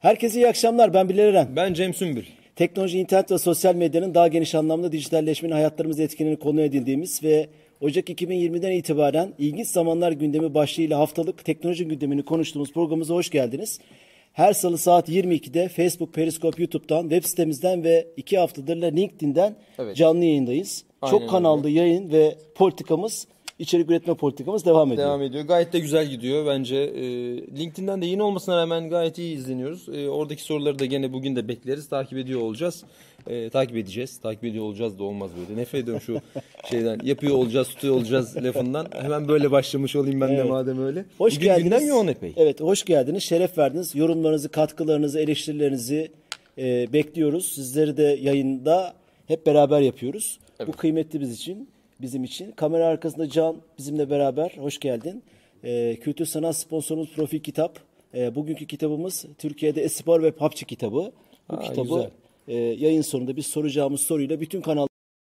Herkese iyi akşamlar. Ben Bilal Eren. Ben Cem Sümbül. Teknoloji, internet ve sosyal medyanın daha geniş anlamda dijitalleşmenin hayatlarımızı etkilerini konu edildiğimiz ve Ocak 2020'den itibaren ilginç zamanlar gündemi başlığıyla haftalık teknoloji gündemini konuştuğumuz programımıza hoş geldiniz. Her salı saat 22'de Facebook, Periscope, YouTube'dan, web sitemizden ve 2 haftadır da LinkedIn'den canlı yayındayız. Aynen Çok kanallı yayın ve politikamız, içerik üretme politikamız devam ediyor. Devam ediyor. Gayet de güzel gidiyor bence. LinkedIn'den de yeni olmasına rağmen gayet iyi izleniyoruz. Oradaki soruları da gene bugün de bekleriz. Takip ediyor olacağız. Takip edeceğiz. Takip ediyor olacağız da olmaz böyle. Nefret ediyorum şu şeyden. Yapıyor olacağız, tutuyor olacağız lafından. Hemen böyle başlamış olayım ben de madem öyle. Hoş bugün geldiniz. Gündem yoğun epey. Evet, hoş geldiniz. Şeref verdiniz. Yorumlarınızı, katkılarınızı, eleştirilerinizi bekliyoruz. Sizleri de yayında hep beraber yapıyoruz. Evet. Bu kıymetli bizim için. Kamera arkasında Can bizimle beraber. Hoş geldin. Kültür sanat sponsorumuz Profil Kitap. Bugünkü kitabımız Türkiye'de e-spor ve PUBG kitabı. Bu kitabı yayın sonunda biz soracağımız soruyla bütün kanal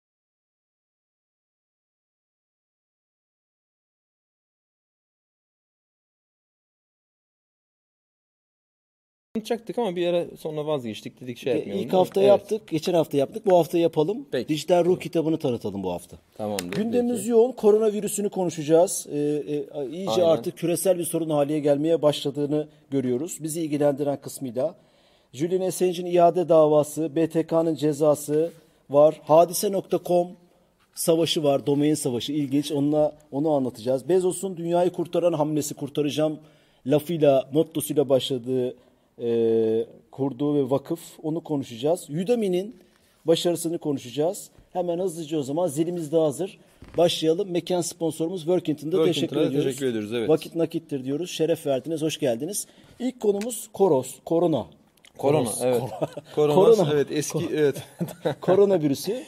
Anlatacaktık ama bir ara sonra vazgeçtik, dedik şey yapmayalım. İlk hafta yaptık, geçen hafta yaptık. Bu hafta yapalım. Peki. Dijital Ruh kitabını tanıtalım bu hafta. Tamamdır. Gündemimiz yoğun. Koronavirüsünü konuşacağız. İyice artık küresel bir sorun haline gelmeye başladığını görüyoruz. Bizi ilgilendiren kısmıyla. Julian Assange'in iade davası, BTK'nın cezası var. Hadise.com savaşı var. Domain savaşı. İlginç. Onu anlatacağız. Bezos'un dünyayı kurtaran hamlesi, kurtaracağım lafıyla, mottosuyla başladığı kurduğu ve vakıf, onu konuşacağız. Udemy'nin başarısını konuşacağız. Hemen hızlıca o zaman zilimiz de hazır. Başlayalım. Mekan sponsorumuz Workington'da teşekkür ediyoruz. Teşekkür ediyoruz. Evet. Vakit nakittir diyoruz. Şeref verdiniz. Hoş geldiniz. İlk konumuz korona. Evet. Korona. Evet. Eski. Evet. Koronavirüsü.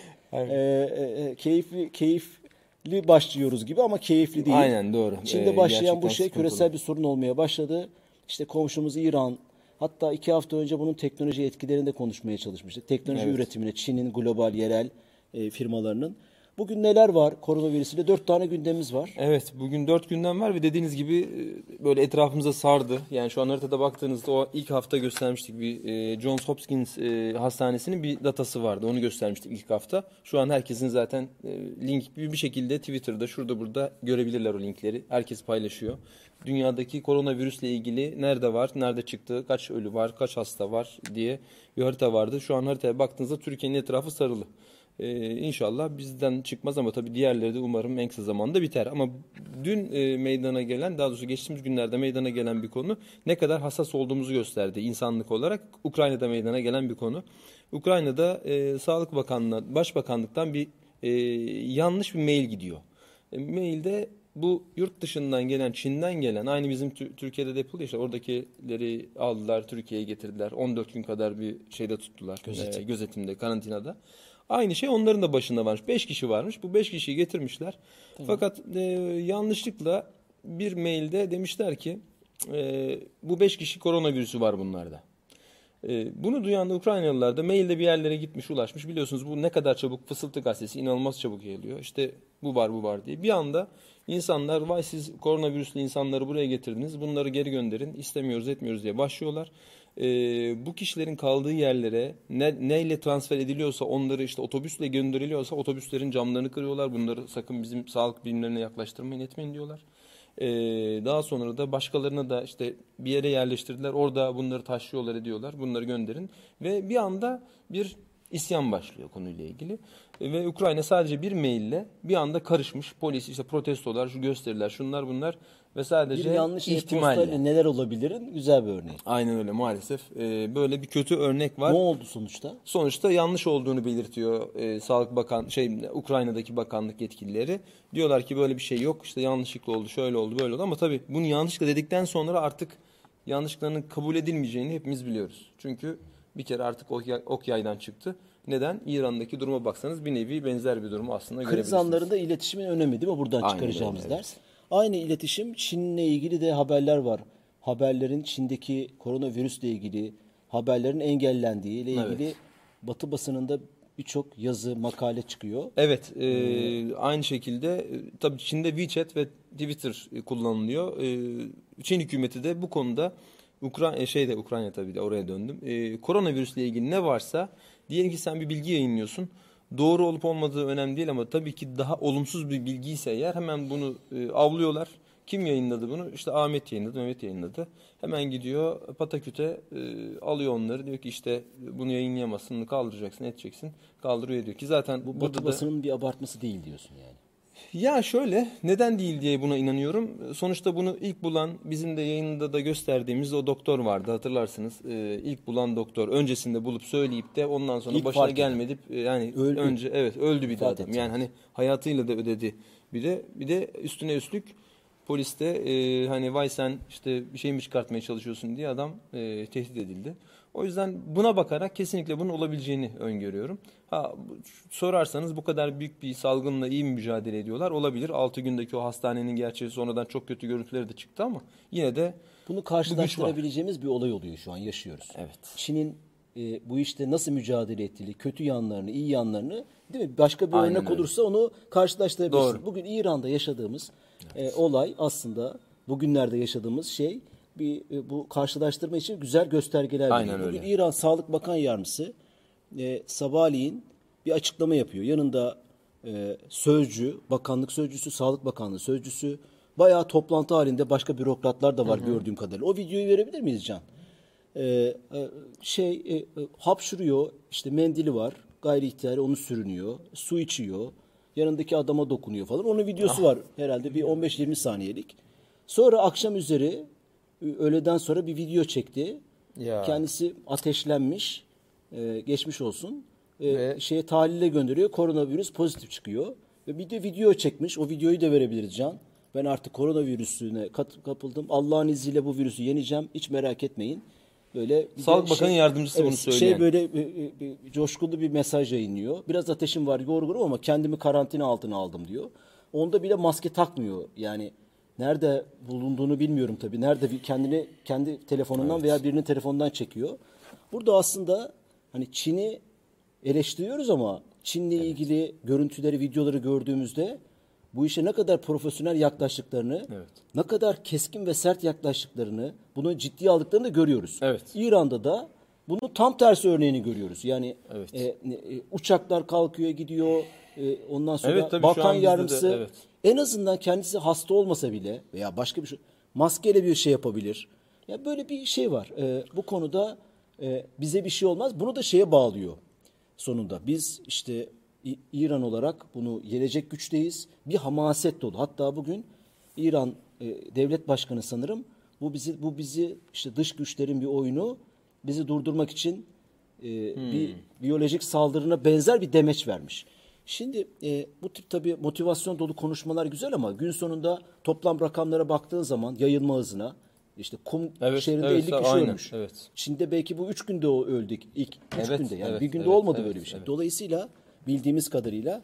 Keyifli başlıyoruz gibi ama keyifli değil. Aynen doğru. Çin'de başlayan bu şey küresel bir sorun olmaya başladı. İşte komşumuz İran, hatta 2 hafta önce bunun teknoloji etkilerini de konuşmaya çalışmıştık. Teknoloji üretimine Çin'in global yerel firmalarının. Bugün neler var koronavirüsüyle? 4 tane gündemimiz var. Evet, bugün 4 gündem var ve dediğiniz gibi böyle etrafımıza sardı. Yani şu an haritada baktığınızda o ilk hafta göstermiştik, bir Johns Hopkins Hastanesi'nin bir datası vardı. Onu göstermiştik ilk hafta. Şu an herkesin zaten link bir şekilde Twitter'da şurada burada görebilirler o linkleri. Herkes paylaşıyor. Dünyadaki koronavirüsle ilgili nerede var, nerede çıktı, kaç ölü var, kaç hasta var diye bir harita vardı. Şu an haritaya baktığınızda Türkiye'nin etrafı sarılı. İnşallah bizden çıkmaz ama tabii diğerleri de umarım en kısa zamanda biter. Ama dün meydana gelen, daha doğrusu geçtiğimiz günlerde meydana gelen bir konu ne kadar hassas olduğumuzu gösterdi insanlık olarak. Ukrayna'da meydana gelen bir konu. Ukrayna'da Sağlık Bakanlığı, Başbakanlıktan bir yanlış bir mail gidiyor. Mailde bu yurt dışından gelen, Çin'den gelen, aynı bizim Türkiye'de de yapılıyor işte, oradakileri aldılar, Türkiye'ye getirdiler. 14 gün kadar bir şeyde tuttular. Gözetimde, karantinada. Aynı şey onların da başında varmış. 5 kişi varmış. Bu 5 kişiyi getirmişler. Tamam. Fakat yanlışlıkla bir mailde demişler ki bu 5 kişi koronavirüsü var bunlarda. Bunu duyan da Ukraynalılar da mailde bir yerlere gitmiş, ulaşmış. Biliyorsunuz bu ne kadar çabuk, Fısıltı Gazetesi inanılmaz çabuk yayılıyor. İşte bu var diye. Bir anda insanlar, vay siz koronavirüslü insanları buraya getirdiniz, bunları geri gönderin, istemiyoruz etmiyoruz diye başlıyorlar. Bu kişilerin kaldığı yerlere neyle transfer ediliyorsa, onları işte otobüsle gönderiliyorsa otobüslerin camlarını kırıyorlar. Bunları sakın bizim sağlık birimlerine yaklaştırmayın, etmeyin diyorlar. Daha sonra da başkalarına da işte bir yere yerleştirdiler. Orada bunları taşıyorlar, ediyorlar. Bunları gönderin. Ve bir anda bir isyan başlıyor konuyla ilgili. Ve Ukrayna sadece bir maille bir anda karışmış. Polis, işte protestolar, şu gösteriler, şunlar bunlar ve sadece bir yanlış ihtimalle neler olabilirin güzel bir örneği. Aynen öyle, maalesef. Böyle bir kötü örnek var. Ne oldu sonuçta? Sonuçta yanlış olduğunu belirtiyor Sağlık Ukrayna'daki bakanlık yetkilileri. Diyorlar ki böyle bir şey yok. İşte yanlışlıkla oldu, şöyle oldu, böyle oldu ama tabii bunu yanlışlıkla dedikten sonra artık yanlışlıklarının kabul edilmeyeceğini hepimiz biliyoruz. Çünkü bir kere artık ok yaydan çıktı. Neden? İran'daki duruma baksanız bir nevi benzer bir durumu aslında görebilirsiniz. Kriz anlarında iletişimin önemi değil mi? Buradan çıkaracağımız ders. Aynı iletişim, Çin'le ilgili de haberler var. Haberlerin Çin'deki koronavirüsle ilgili, haberlerin engellendiği ile ilgili Batı basınında birçok yazı, makale çıkıyor. Evet, aynı şekilde tabii Çin'de WeChat ve Twitter kullanılıyor. Çin hükümeti de bu konuda Ukrayna tabii de oraya döndüm. Koronavirüsle ilgili ne varsa diyelim ki sen bir bilgi yayınlıyorsun. Doğru olup olmadığı önemli değil ama tabii ki daha olumsuz bir bilgi ise eğer hemen bunu avlıyorlar. Kim yayınladı bunu? İşte Ahmet yayınladı, Mehmet yayınladı. Hemen gidiyor pataküte alıyor onları. Diyor ki işte bunu yayınlayamazsın, bunu kaldıracaksın, edeceksin. Kaldırıyor diyor ki zaten Bu burada Batı basının bir abartması değil diyorsun yani. ya şöyle, neden değil diye buna inanıyorum. Sonuçta bunu ilk bulan, bizim de yayında da gösterdiğimiz o doktor vardı, hatırlarsınız. İlk bulan doktor öncesinde bulup söyleyip de ondan sonra İlk başına fark eden. gelmedi. Yani Öldü. önce öldü bir de Vefat adam. etti. Yani hani hayatıyla da ödedi. Bir de üstüne üstlük polis de hani vay sen işte bir şey mi çıkartmaya çalışıyorsun diye adam tehdit edildi. O yüzden buna bakarak kesinlikle bunun olabileceğini öngörüyorum. Sorarsanız bu kadar büyük bir salgınla iyi mi mücadele ediyorlar? Olabilir. 6 gündeki o hastanenin gerçeği sonradan çok kötü görüntüleri de çıktı ama yine de Bunu karşılaştırabileceğimiz bir olay oluyor şu an, yaşıyoruz. Evet. Çin'in bu işte nasıl mücadele ettiğini, kötü yanlarını, iyi yanlarını, değil mi? Başka bir Aynen örnek öyle. olursa onu karşılaştırabilirsin. Doğru. Bugün İran'da yaşadığımız olay aslında bugünlerde yaşadığımız şey bu karşılaştırma için güzel göstergeler Aynen veriyor. Bugün öyle. İran Sağlık Bakan Yardımcısı sabahleyin bir açıklama yapıyor. Yanında sözcü, bakanlık sözcüsü, Sağlık Bakanlığı sözcüsü, bayağı toplantı halinde başka bürokratlar da var gördüğüm kadarıyla. O videoyu verebilir miyiz Can? Hapşuruyor, işte mendili var, gayri ihtiyari onu sürünüyor, su içiyor, yanındaki adama dokunuyor falan. Onun videosu var herhalde bir 15-20 saniyelik. Sonra akşam üzeri öğleden sonra bir video çekti. Ya. Kendisi ateşlenmiş, geçmiş olsun. Ve- Tahlile gönderiyor, koronavirüs pozitif çıkıyor. Ve bir de video çekmiş, o videoyu da verebiliriz Can. Ben artık koronavirüsüne kapıldım. Allah'ın izniyle bu virüsü yeneceğim. Hiç merak etmeyin. Böyle bir de Sağlık Bakanı yardımcısı bunu söyleyen. böyle coşkulu bir mesaj yayınlıyor. Biraz ateşim var, yorgunum ama kendimi karantina altına aldım diyor. Onda bile maske takmıyor. Yani nerede bulunduğunu bilmiyorum tabii. Nerede kendini kendi telefonundan veya birinin telefonundan çekiyor. Burada aslında hani Çin'i eleştiriyoruz ama Çin'le ilgili görüntüleri, videoları gördüğümüzde bu işe ne kadar profesyonel yaklaştıklarını, ne kadar keskin ve sert yaklaştıklarını, bunu ciddiye aldıklarını da görüyoruz. Evet. İran'da da bunun tam tersi örneğini görüyoruz. Yani Evet. uçaklar kalkıyor, gidiyor. Ondan sonra Evet, tabii şu bakan an bizde de, yardımcısı evet. en azından kendisi hasta olmasa bile veya başka bir şey maskeyle bir şey yapabilir. Ya böyle bir şey var. Bu konuda bize bir şey olmaz. Bunu da şeye bağlıyor sonunda. Biz işte İran olarak bunu yenecek güçteyiz. Bir hamaset dolu. Hatta bugün İran devlet başkanı sanırım bu bizi işte dış güçlerin bir oyunu, bizi durdurmak için bir biyolojik saldırına benzer bir demeç vermiş. Şimdi bu tip tabii motivasyon dolu konuşmalar güzel ama gün sonunda toplam rakamlara baktığın zaman yayılma hızına işte Kum şehrinde 50 kişi aynen, ölmüş. evet. Çin'de belki bu 3 günde öldük. İlk 3 Evet, günde yani evet, bir günde evet, olmadı evet, böyle bir şey. evet. Dolayısıyla bildiğimiz kadarıyla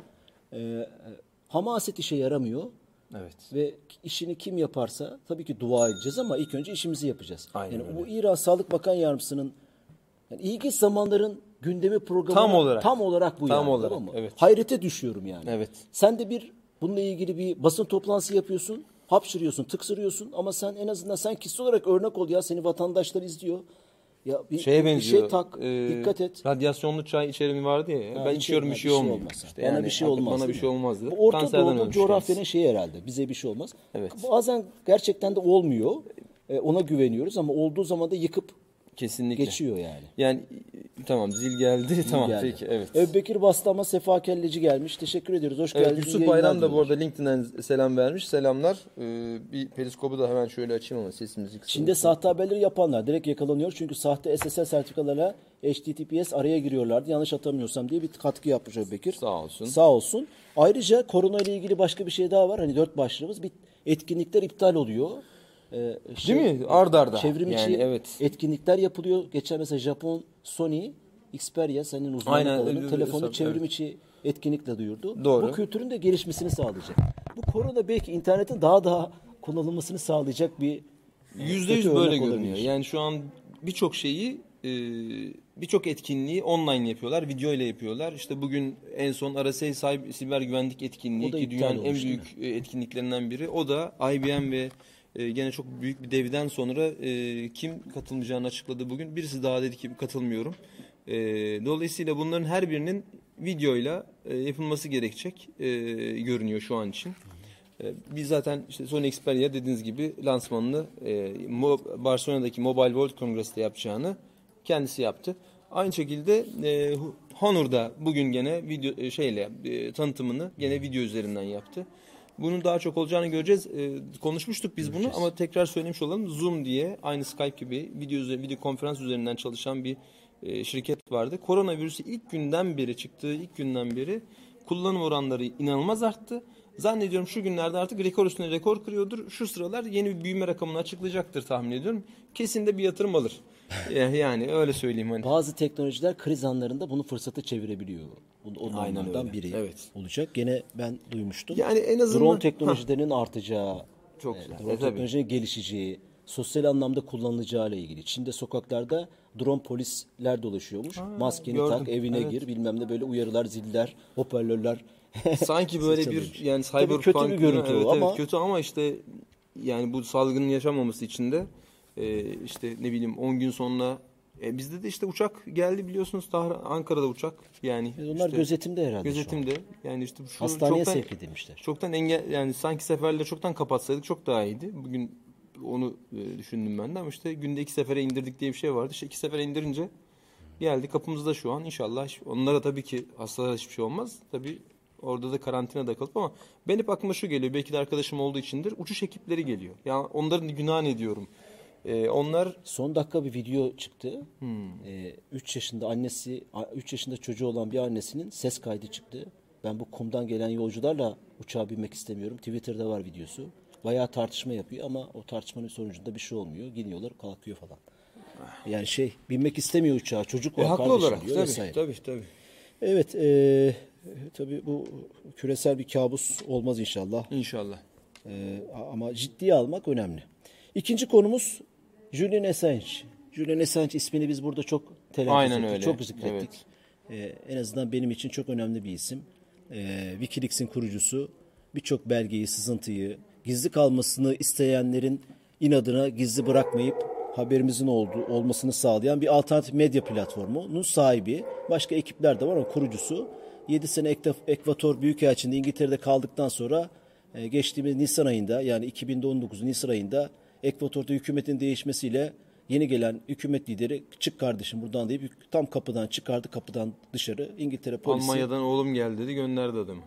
hamaset işe yaramıyor. Evet. Ve işini kim yaparsa tabii ki dua edeceğiz ama ilk önce işimizi yapacağız. Aynen Yani öyle. bu İran Sağlık Bakan Yardımcısının yani ilginç zamanların gündemi programı Tam olarak. bu Tam yani. olarak, Tamam mı? evet. Hayrete düşüyorum yani. Evet. Sen de bununla ilgili bir basın toplantısı yapıyorsun. Hapşırıyorsun, tıksırıyorsun ama sen en azından sen kişi olarak örnek ol ya. Seni vatandaşlar izliyor. Ya Şeye bir benziyor. şey tak, dikkat et. Radyasyonlu çay içerim vardı ya. Ben içiyorum bir şey olmuyor. İşte Bana yani bir şey olmaz. Bana bir değil şey mi? olmaz dedi. Bu Orta Kanserden Doğu'da ölmüş coğrafyanın kendisi. şeyi herhalde. Bize bir şey olmaz. Evet. Bazen gerçekten de olmuyor. Ona güveniyoruz ama olduğu zaman da yıkıp Kesinlikle. geçiyor yani. Yani tamam zil geldi. Tamam Geldi. peki evet. Ebubekir Bastama Sefa Kelleci gelmiş. Teşekkür ediyoruz. Hoş Evet, geldiniz. Yusuf İyi Bayram yayınlar da bu arada diyorlar. LinkedIn'den selam vermiş. Selamlar. Bir periskopu da hemen şöyle açayım ama sesimizi kısalım. Çin'de sahte haberleri yapanlar direkt yakalanıyor. Çünkü sahte SSL sertifikalarla HTTPS araya giriyorlardı. Yanlış hatırlamıyorsam diye bir katkı yapmış Ebubekir. Sağ olsun. Sağ olsun. Ayrıca korona ile ilgili başka bir şey daha var. Hani 4 başlığımız. Bir etkinlikler iptal oluyor. Değil mi? Ard arda. Çevrim içi Yani evet. etkinlikler yapılıyor. Geçen mesela Japon Sony Xperia senin uzmanlık Aynen, alanın telefonu evet. çevrim içi etkinlikle duyurdu. Doğru. Bu kültürün de gelişmesini sağlayacak. Bu korona belki internetin daha kullanılmasını sağlayacak bir %100 kötü böyle örnek görünüyor. olabilir. Yani şu an birçok şeyi birçok etkinliği online yapıyorlar, video ile yapıyorlar. İşte bugün en son RSA siber güvenlik etkinliği O da ki iptal dünyanın en olmuş, büyük etkinliklerinden biri. O da IBM ve Gene çok büyük bir devden sonra kim katılmayacağını açıkladı bugün. Birisi daha dedi ki katılmıyorum. Dolayısıyla bunların her birinin videoyla yapılması gerekecek görünüyor şu an için. Biz zaten işte Sony Xperia dediğiniz gibi lansmanını Barcelona'daki Mobile World Congress'te yapacağını kendisi yaptı. Aynı şekilde Honor'da bugün gene video tanıtımını gene video üzerinden yaptı. Bunun daha çok olacağını göreceğiz. Konuşmuştuk biz bunu ama tekrar söylemiş olalım. Zoom diye aynı Skype gibi video konferans üzerinden çalışan bir şirket vardı. Koronavirüsü çıktığı ilk günden beri kullanım oranları inanılmaz arttı. Zannediyorum şu günlerde artık rekor üstüne rekor kırıyordur. Şu sıralar yeni bir büyüme rakamını açıklayacaktır tahmin ediyorum. Kesin de bir yatırım alır. Yani öyle söyleyeyim hani. Bazı teknolojiler kriz anlarında bunu fırsatı çevirebiliyor. Onlardan biri olacak. Gene ben duymuştum. Yani en azından drone teknolojilerinin artacağı, çok güzel. drone teknolojinin gelişeceği, sosyal anlamda kullanılacağı ile ilgili. Çin'de sokaklarda drone polisler dolaşıyormuş. Maskeni gördüm. tak, evine gir, bilmem ne, böyle uyarılar, ziller, hoparlörler. Sanki böyle bir yani Tabii kötü bir görüntü ama evet, kötü ama işte yani bu salgının yaşanmaması için de işte ne bileyim 10 gün sonra bizde de işte uçak geldi biliyorsunuz, Ankara'da uçak yani onlar işte, gözetimde herhalde. gözetimde yani işte şu hastaneye sevk edilmişler. Çoktan yani sanki seferleri çoktan kapatsaydık çok daha iyiydi. Bugün onu düşündüm ben de ama işte günde 2 sefere indirdik diye bir şey vardı. İşte 2 sefere indirince geldi kapımızda şu an, inşallah onlara tabii ki hastalara hiçbir şey olmaz. Tabii orada da karantinada kalıp ama benim hep aklıma şu geliyor. Belki de arkadaşım olduğu içindir. Uçuş ekipleri geliyor. Yani onların günahını ediyorum. Onlar son dakika bir video çıktı. 3 yaşında çocuğu olan bir annesinin ses kaydı çıktı. Ben bu kumdan gelen yolcularla uçağa binmek istemiyorum. Twitter'da var videosu. Bayağı tartışma yapıyor ama o tartışmanın sonucunda bir şey olmuyor. Gidiyorlar, kalkıyor falan. Yani binmek istemiyor uçağa. Çocuk var, haklı kardeşim olarak diyor vesaire. tabii. Evet, tabii bu küresel bir kabus olmaz inşallah. İnşallah. Ama ciddiye almak önemli. İkinci konumuz Julian Assange. Julian Assange ismini biz burada çok telaffuz ettik, çok zikrettik. En azından benim için çok önemli bir isim. Wikileaks'in kurucusu, birçok belgeyi, sızıntıyı, gizli kalmasını isteyenlerin inadına gizli bırakmayıp haberimizin olmasını sağlayan bir alternatif medya platformunun sahibi. Başka ekipler de var ama kurucusu. 7 sene Ekvator Büyükelçiliğinde İngiltere'de kaldıktan sonra geçtiğimiz Nisan ayında, yani 2019 Nisan ayında Ekvator'da hükümetin değişmesiyle yeni gelen hükümet lideri çık kardeşim buradan deyip tam kapıdan çıkardı, kapıdan dışarı İngiltere polisi. Almanya'dan oğlum geldi dedi, gönderdi adamı.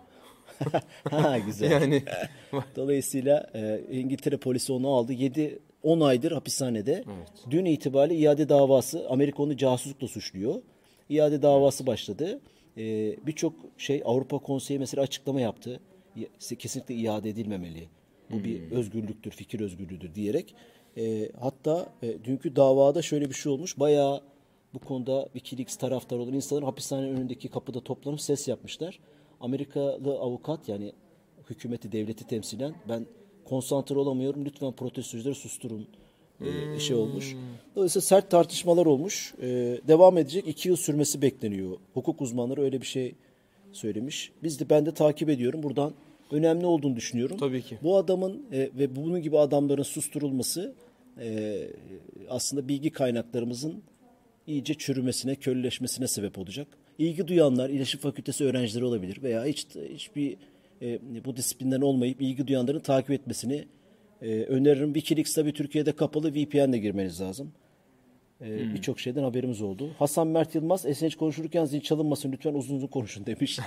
Güzel. Yani dolayısıyla İngiltere polisi onu aldı. 10 aydır hapishanede. Evet. Dün itibariyle iade davası, Amerika onu casuslukla suçluyor. İade davası başladı. Birçok Avrupa Konseyi mesela açıklama yaptı. Kesinlikle iade edilmemeli. Bu bir özgürlüktür, fikir özgürlüğüdür diyerek. Hatta dünkü davada şöyle bir şey olmuş. Bayağı bu konuda Wikileaks taraftarı olan insanlar hapishanenin önündeki kapıda toplanıp ses yapmışlar. Amerikalı avukat, yani hükümeti, devleti temsilen, ben konsantre olamıyorum, lütfen protestocuları susturun olmuş. Dolayısıyla sert tartışmalar olmuş. Devam edecek, 2 yıl sürmesi bekleniyor. Hukuk uzmanları öyle bir şey söylemiş. Ben de takip ediyorum. Buradan önemli olduğunu düşünüyorum. Tabii ki. Bu adamın ve bunun gibi adamların susturulması aslında bilgi kaynaklarımızın iyice çürümesine, köleleşmesine sebep olacak. İlgi duyanlar, İletişim Fakültesi öğrencileri olabilir veya hiçbir bu disiplinden olmayıp ilgi duyanların takip etmesini öneririm. Wikileaks tabii Türkiye'de kapalı, VPN'le girmeniz lazım. Birçok şeyden haberimiz oldu. Hasan Mert Yılmaz, Assange konuşurken zil çalınmasın, lütfen uzun uzun konuşun demiş.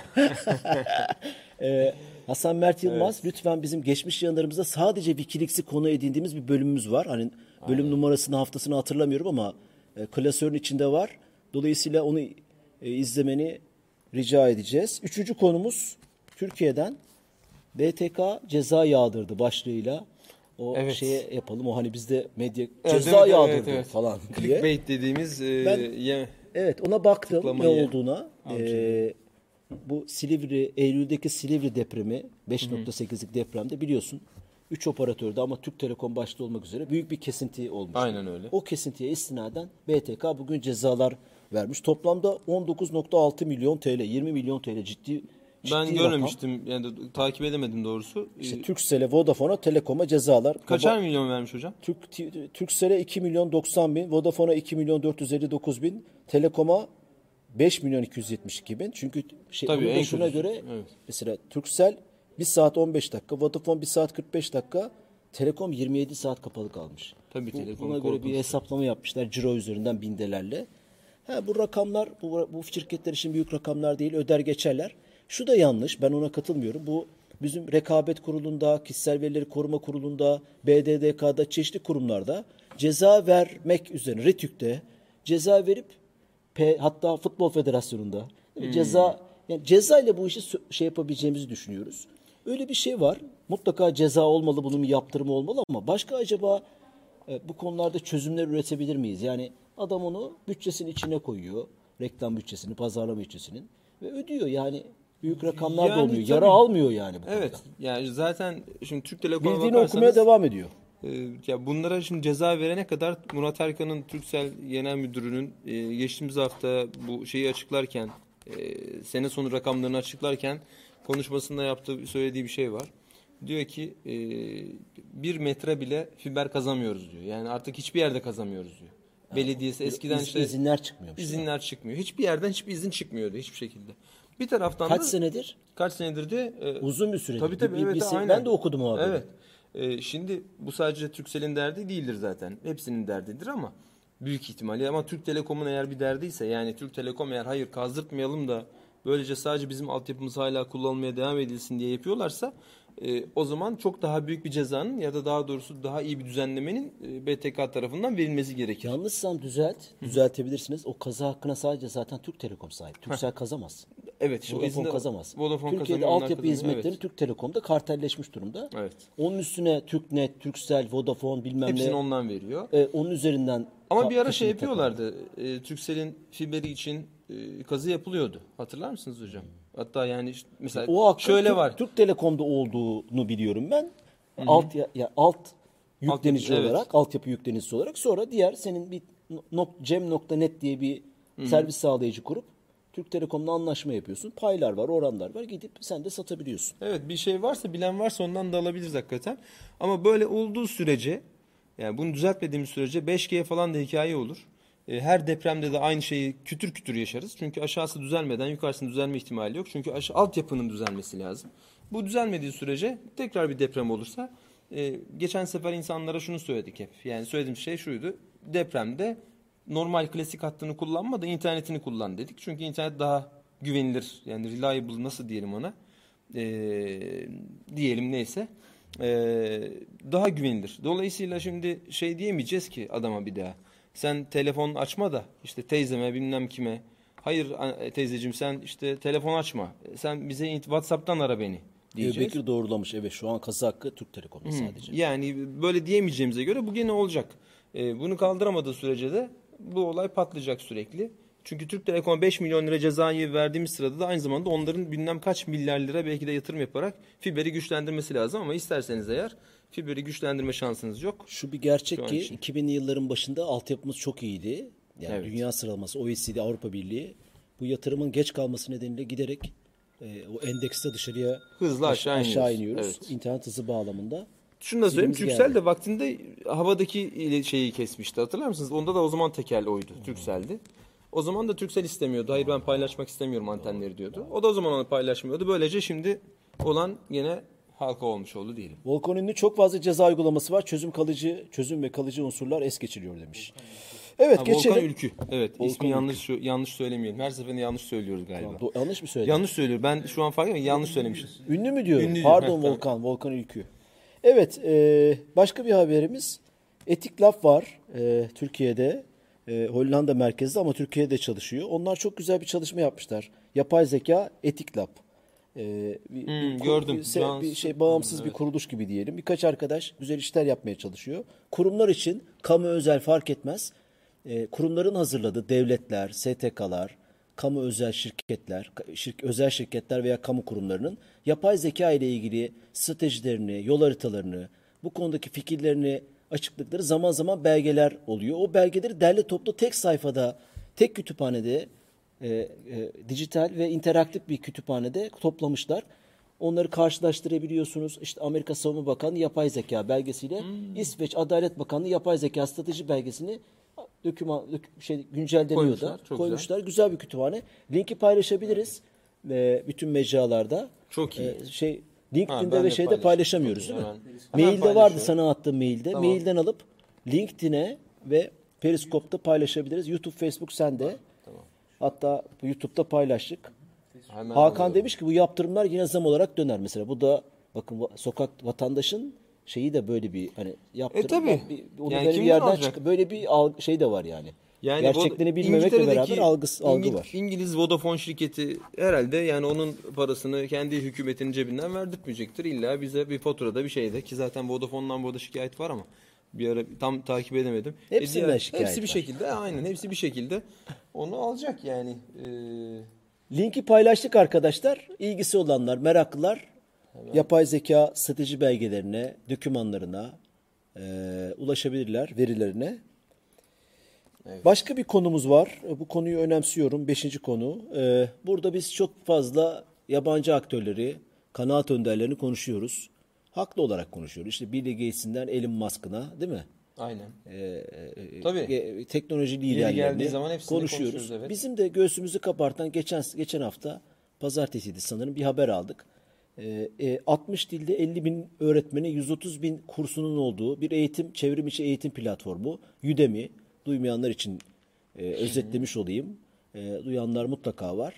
Hasan Mert Yılmaz, lütfen bizim geçmiş yayınlarımızda sadece Wikileaks'i konu edindiğimiz bir bölümümüz var. Hani bölüm numarasını, haftasını hatırlamıyorum ama klasörün içinde var. Dolayısıyla onu izlemeni rica edeceğiz. Üçüncü konumuz Türkiye'den BTK ceza yağdırdı başlığıyla. O şeye yapalım. O hani bizde medya ceza yağdırdı falan diye. Clickbait dediğimiz evet, ona baktım ne olduğuna. Bu Eylül'deki Silivri depremi 5.8'lik depremde biliyorsun 3 operatörde ama Türk Telekom başta olmak üzere büyük bir kesinti olmuş. Aynen öyle. O kesintiye istinaden BTK bugün cezalar vermiş. Toplamda 19.6 milyon TL, 20 milyon TL ciddi Ben Ciddi görmemiştim. Yani takip edemedim doğrusu. İşte Turkcell'e, Vodafone'a, Telekom'a cezalar. Kaçar milyon vermiş hocam? Turkcell'e 2 milyon 90 bin, Vodafone'a 2 milyon 459 bin, Telekom'a 5 milyon 272 bin. Çünkü Tabii, onun da en şuna kötüsü. göre Evet. mesela Turkcell 1 saat 15 dakika, Vodafone 1 saat 45 dakika, Telekom 27 saat kapalı kalmış. Tabii, Telekom Buna göre bir korkunç. hesaplama yapmışlar ciro üzerinden bindelerle. Bu rakamlar bu şirketler için büyük rakamlar değil, öder geçerler. Şu da yanlış, ben ona katılmıyorum. Bu bizim rekabet kurulunda, kişisel verileri koruma kurulunda, BDDK'da, çeşitli kurumlarda ceza vermek üzerine, RETÜK'te ceza verip hatta Futbol Federasyonu'nda ceza ile bu işi şey yapabileceğimizi düşünüyoruz. Öyle bir şey var. Mutlaka ceza olmalı, bunun bir yaptırımı olmalı ama başka acaba bu konularda çözümler üretebilir miyiz? Yani adam onu bütçesinin içine koyuyor. Reklam bütçesini, pazarlama bütçesinin ve ödüyor. Yani büyük rakamlar da Yani olmuyor. tabii. Yara almıyor yani bu Evet. konuda. Yani zaten şimdi Türk Telekom'a Bildiğini bakarsanız okumaya devam ediyor. ya bunlara şimdi ceza verene kadar Murat Erkan'ın Turkcell Genel Müdürü'nün geçtiğimiz hafta bu şeyi açıklarken sene sonu rakamlarını açıklarken konuşmasında söylediği bir şey var. Diyor ki 1 metre bile fiber kazamıyoruz diyor. Yani artık hiçbir yerde kazamıyoruz diyor. Belediyesi eskiden işte izinler çıkmıyor. izinler çıkmıyor. Hiçbir yerden hiçbir izin çıkmıyordu hiçbir şekilde. Bir taraftan Kaç da senedir? kaç senedir de Uzun bir süredir. Tabii, evet, aynen. Ben de okudum o haberi. Evet. Şimdi bu sadece Turkcell'in derdi değildir zaten. Hepsinin derdidir ama büyük ihtimalle. Ama Türk Telekom'un eğer bir derdiyse, yani Türk Telekom eğer hayır kazdırtmayalım da böylece sadece bizim altyapımız hala kullanılmaya devam edilsin diye yapıyorlarsa o zaman çok daha büyük bir cezanın ya da daha doğrusu daha iyi bir düzenlemenin BTK tarafından verilmesi gerekir. Yanlışsam düzeltebilirsiniz. O kaza hakkına sadece zaten Türk Telekom sahip. Turkcell kazamaz. Evet, işte o Vodafone izinde kazamaz. Vodafone Türkiye'de kazanıyor, onlar altyapı kazanıyor. hizmetleri Evet. Türk Telekom'da kartelleşmiş durumda. Evet. Onun üstüne TürkNet, Turkcell, Vodafone bilmem Hepsini ne. ondan veriyor. Onun üzerinden Ama bir ara şey fişini yapıyorlardı. Turkcell'in fiberi için kazı yapılıyordu. Hatırlar mısınız hocam? Hatta yani işte mesela O hakkın şöyle var. Türk Telekom'da olduğunu biliyorum ben. Alt yüklenicisi evet. olarak, altyapı yüklenicisi olarak, sonra diğer senin bir cem.net diye bir servis sağlayıcı kurup Türk Telekom'la anlaşma yapıyorsun. Paylar var, oranlar var. Gidip sen de satabiliyorsun. Evet, bir şey varsa, bilen varsa ondan da alabiliriz hakikaten. Ama böyle olduğu sürece, yani bunu düzeltmediğimiz sürece 5G falan da hikaye olur. Her depremde de aynı şeyi kütür kütür yaşarız. Çünkü aşağısı düzelmeden yukarısının düzelme ihtimali yok. Çünkü altyapının düzelmesi lazım. Bu düzelmediği sürece tekrar bir deprem olursa, geçen sefer insanlara şunu söyledik hep. Yani söylediğim şey şuydu. Depremde normal klasik hattını kullanma da internetini kullan dedik. Çünkü internet daha güvenilir. Yani reliable, nasıl diyelim ona? Diyelim neyse. Daha güvenilir. Dolayısıyla şimdi şey diyemeyeceğiz ki adama bir daha. Sen telefon açma da işte teyzeme bilmem kime. Hayır teyzeciğim, sen işte telefon açma. Sen bize WhatsApp'tan ara beni diyeceğiz. Bekir doğrulamış. Evet, şu an kasa hakkı Türk Telekom'da sadece. Yani böyle diyemeyeceğimize göre bu gene olacak. Bunu kaldıramadığı sürece de bu olay patlayacak sürekli. Çünkü Türk Telekom'a 5 milyon lira cezayı verdiğimiz sırada da aynı zamanda onların bilmem kaç milyar lira belki de yatırım yaparak fiberi güçlendirmesi lazım. Ama isterseniz eğer fiberi güçlendirme şansınız yok. Şu bir gerçek Şu an ki için. 2000'li yılların başında altyapımız çok iyiydi. Yani Evet. dünya sıralaması, OECD, Avrupa Birliği bu yatırımın geç kalması nedeniyle giderek o endekste dışarıya Hızla aşağı iniyoruz. Evet. İnternet hızı bağlamında. Şunu da söyleyeyim. Dilimiz Turkcell geldi. de vaktinde havadaki şeyi kesmişti. Hatırlar mısınız? Onda da o zaman tekel oydu. Turkcell'di. O zaman da Turkcell istemiyordu. Hayır, ben paylaşmak istemiyorum antenleri diyordu. O da o zaman onu paylaşmıyordu. Böylece şimdi olan yine halka olmuş oldu diyelim. Volkan Ünlü çok fazla ceza uygulaması var. Çözüm ve kalıcı unsurlar es geçiliyor demiş. Evet, Ha, geçelim. Volkan Ülkü. Evet, Volkan ismi yanlış söylemeyelim. Her seferinde yanlış söylüyoruz galiba. Yanlış mı söyledim? Yanlış söylüyor. Ben şu an fark etmiyorum. Yanlış söylemişim. Ünlü mü diyorum? Ünlü diyor. Pardon Heh, Volkan Ülkü. Evet, başka bir haberimiz. Etik var Türkiye'de. Hollanda merkezli ama Türkiye'de çalışıyor. Onlar çok güzel bir çalışma yapmışlar. Yapay zeka Etik Lab. Gördüm. Bağımsız bir kuruluş gibi diyelim. Birkaç arkadaş güzel işler yapmaya çalışıyor. Kurumlar için kamu özel fark etmez. Kurumların hazırladığı devletler, STK'lar, kamu özel şirketler, özel şirketler veya kamu kurumlarının yapay zeka ile ilgili stratejilerini, yol haritalarını, bu konudaki fikirlerini açıkladıkları zaman zaman belgeler oluyor. O belgeleri derli toplu tek sayfada, tek kütüphanede dijital ve interaktif bir kütüphanede toplamışlar. Onları karşılaştırabiliyorsunuz. İşte Amerika Savunma Bakanlığı yapay zeka belgesiyle İsveç Adalet Bakanlığı yapay zeka strateji belgesini güncelleniyor da koymuşlar. Güzel bir kütüphane. Linki paylaşabiliriz bütün mecralarda. Çok iyi. LinkedIn'de ve şeyde paylaşamıyoruz değil mi? Mailde vardı, sana attığım mailde. Tamam. Mailden alıp LinkedIn'e ve Periskop'ta paylaşabiliriz. YouTube, Facebook sende. Tamam. Hatta YouTube'da paylaştık. Hemen Hakan demiş ki bu yaptırımlar yine zam olarak döner mesela. Bu da bakın sokak vatandaşın şeyi de böyle bir hani yaptırım. Tabii. Onu yani bir yerden böyle bir şey de var yani. Gerçeklerini bilmemekle beraber algı var. İngiliz Vodafone şirketi herhalde yani onun parasını kendi hükümetinin cebinden verdirtmeyecektir. İlla bize bir faturada bir şeyde ki zaten Vodafone'dan burada şikayet var ama bir ara tam takip edemedim. Hepsinden şikayet hepsi bir var. şekilde aynen hepsi bir şekilde onu alacak yani. Linki paylaştık arkadaşlar. İlgisi olanlar, meraklılar yapay zeka strateji belgelerine, dokümanlarına ulaşabilirler, verilerine. Evet. Başka bir konumuz var. Bu konuyu önemsiyorum. 5. konu. Burada biz çok fazla yabancı aktörleri, kanaat önderlerini konuşuyoruz. Haklı olarak konuşuyoruz. İşte Bill Gates'inden Elon Musk'ına, değil mi? Aynen. Tabii. Teknoloji liderlerini zaman konuşuyoruz. Evet. Bizim de göğsümüzü kabartan geçen hafta pazartesiydi sanırım bir haber aldık. 60 dilde 50 bin öğretmeni 130 bin kursunun olduğu bir çevrim içi eğitim platformu Udemy. Duymayanlar için özetlemiş olayım. Duyanlar mutlaka var.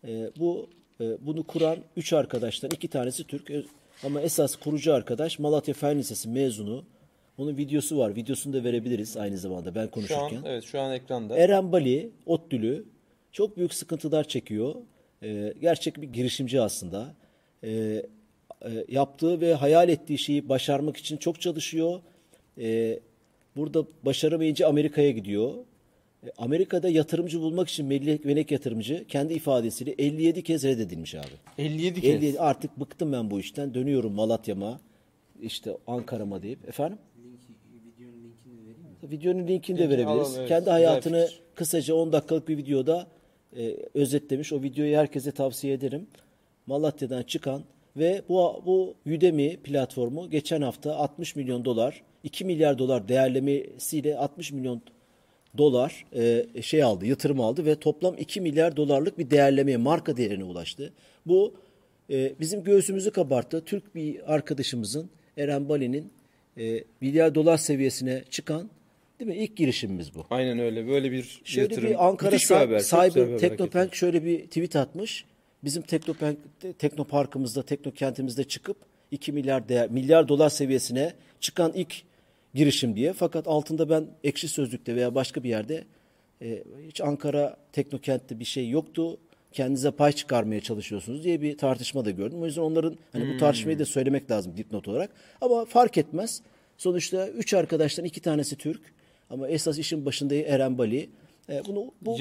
Bunu kuran 3 arkadaştan 2 tanesi Türk ama esas kurucu arkadaş Malatya Fen Lisesi mezunu. Onun videosu var. Videosunu da verebiliriz aynı zamanda ben konuşurken. Şu an ekranda. Eren Bali, ODTÜ'lü. Çok büyük sıkıntılar çekiyor. Gerçek bir girişimci aslında. Yaptığı ve hayal ettiği şeyi başarmak için çok çalışıyor. Burada başaramayınca Amerika'ya gidiyor. Amerika'da yatırımcı bulmak için melek yatırımcı kendi ifadesiyle 57 kez reddedilmiş abi. 57 kez. 57, artık bıktım ben bu işten. Dönüyorum Malatya'ma, işte Ankara'ma deyip. Efendim? Videonun linkini de verebiliriz. Alalım, evet. Kendi hayatını kısaca 10 dakikalık bir videoda özetlemiş. O videoyu herkese tavsiye ederim. Malatya'dan çıkan ve bu Udemy platformu geçen hafta 60 milyon dolar, 2 milyar dolar değerlemesiyle 60 milyon dolar yatırım aldı ve toplam 2 milyar dolarlık bir değerlemeye, marka değerine ulaştı. Bu bizim göğsümüzü kabarttı. Türk bir arkadaşımızın, Eren Bali'nin milyar dolar seviyesine çıkan, değil mi? İlk girişimimiz bu. Aynen öyle. Böyle bir şöyle yatırım. Bir Ankara Cyber Teknopank şöyle bir tweet atmış. Bizim Teknoparkımızda, Teknokentimizde çıkıp 2 milyar dolar seviyesine çıkan ilk girişim diye. Fakat altında ben Ekşi Sözlük'te veya başka bir yerde hiç Ankara Teknokent'te bir şey yoktu. Kendinize pay çıkarmaya çalışıyorsunuz diye bir tartışma da gördüm. O yüzden onların bu tartışmayı da söylemek lazım dipnot olarak. Ama fark etmez. Sonuçta 3 arkadaştan 2 tanesi Türk. Ama esas işin başında Eren Bali. Bu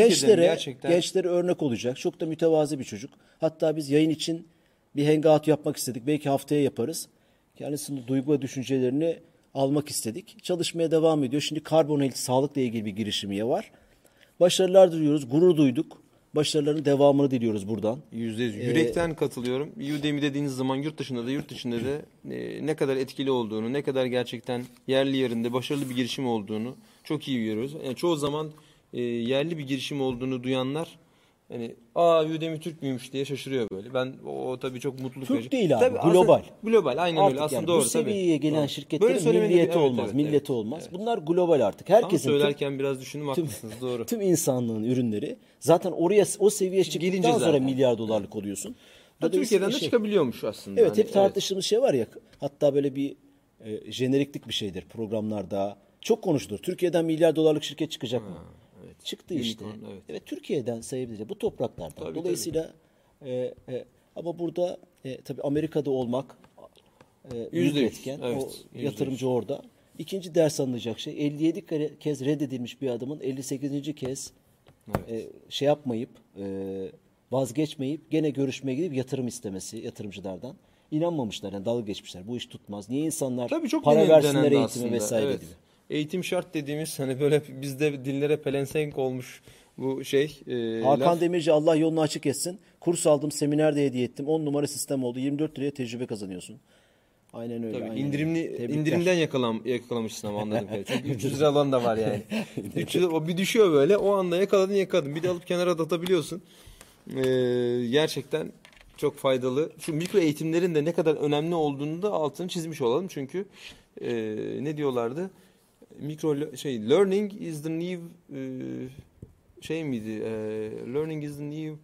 gençlere örnek olacak. Çok da mütevazi bir çocuk. Hatta biz yayın için bir hangout yapmak istedik. Belki haftaya yaparız. Kendisinin duygu ve düşüncelerini almak istedik. Çalışmaya devam ediyor. Şimdi karbon sağlıkla ilgili bir girişimiye var. Başarılar diliyoruz. Gurur duyduk. Başarıların devamını diliyoruz buradan. %100. Yürekten katılıyorum. Udemy dediğiniz zaman yurt dışında da yurt içinde de ne kadar etkili olduğunu, ne kadar gerçekten yerli yerinde başarılı bir girişim olduğunu çok iyi görüyoruz. Yani çoğu zaman yerli bir girişim olduğunu duyanlar hani Udemy Türk müymüş diye şaşırıyor böyle. Ben o tabii çok mutluluk Türk verici. değil abi. Tabii, global. Global aynen artık öyle. Aslında yani doğru bu seviyeye tabii. gelen şirketlerin milliyeti olmaz. Milleti olmaz. Evet. Bunlar global artık. Herkesin söylerken biraz düşündüm, haklısınız, doğru. Tüm insanlığın ürünleri. Zaten o seviyeye çıktıktan sonra milyar dolarlık oluyorsun. Türkiye'den de çıkabiliyormuş aslında. Evet, hep tartıştığımız şey var ya. Hatta böyle bir jeneriklik bir şeydir programlarda. Çok konuşulur. Türkiye'den milyar dolarlık şirket çıkacak mı? Evet. Çıktı işte. Evet, Türkiye'den sayabiliriz. Bu topraklardan. Tabii, dolayısıyla ama burada tabii Amerika'da olmak büyük etken. Evet, o yatırımcı orada. İkinci ders alınacak şey 57 kez reddedilmiş bir adamın 58. kez yapmayıp vazgeçmeyip gene görüşmeye gidip yatırım istemesi yatırımcılardan. İnanmamışlar, yani dalga geçmişler. Bu iş tutmaz. Niye insanlar para versinler eğitime vesaire diye. Eğitim şart dediğimiz hani böyle bizde dillere pelesenk olmuş Bu Hakan laf. Demirci Allah yolunu açık etsin. Kurs aldım, seminerde hediye ettim. 10 numara sistem oldu. 24 liraya tecrübe kazanıyorsun. Aynen öyle. Tabii aynen indirimli öyle. Tebrikler. indirimden yakalamışsın ama anladım. Çünkü 300 lira alan da var yani. 300 o bir düşüyor böyle. O anda yakaladın. Bir de alıp kenara da atabiliyorsun. Gerçekten çok faydalı. Şu mikro eğitimlerin de ne kadar önemli olduğunu da altını çizmiş olalım. Çünkü ne diyorlardı? Learning is the new miydi? Learning is the new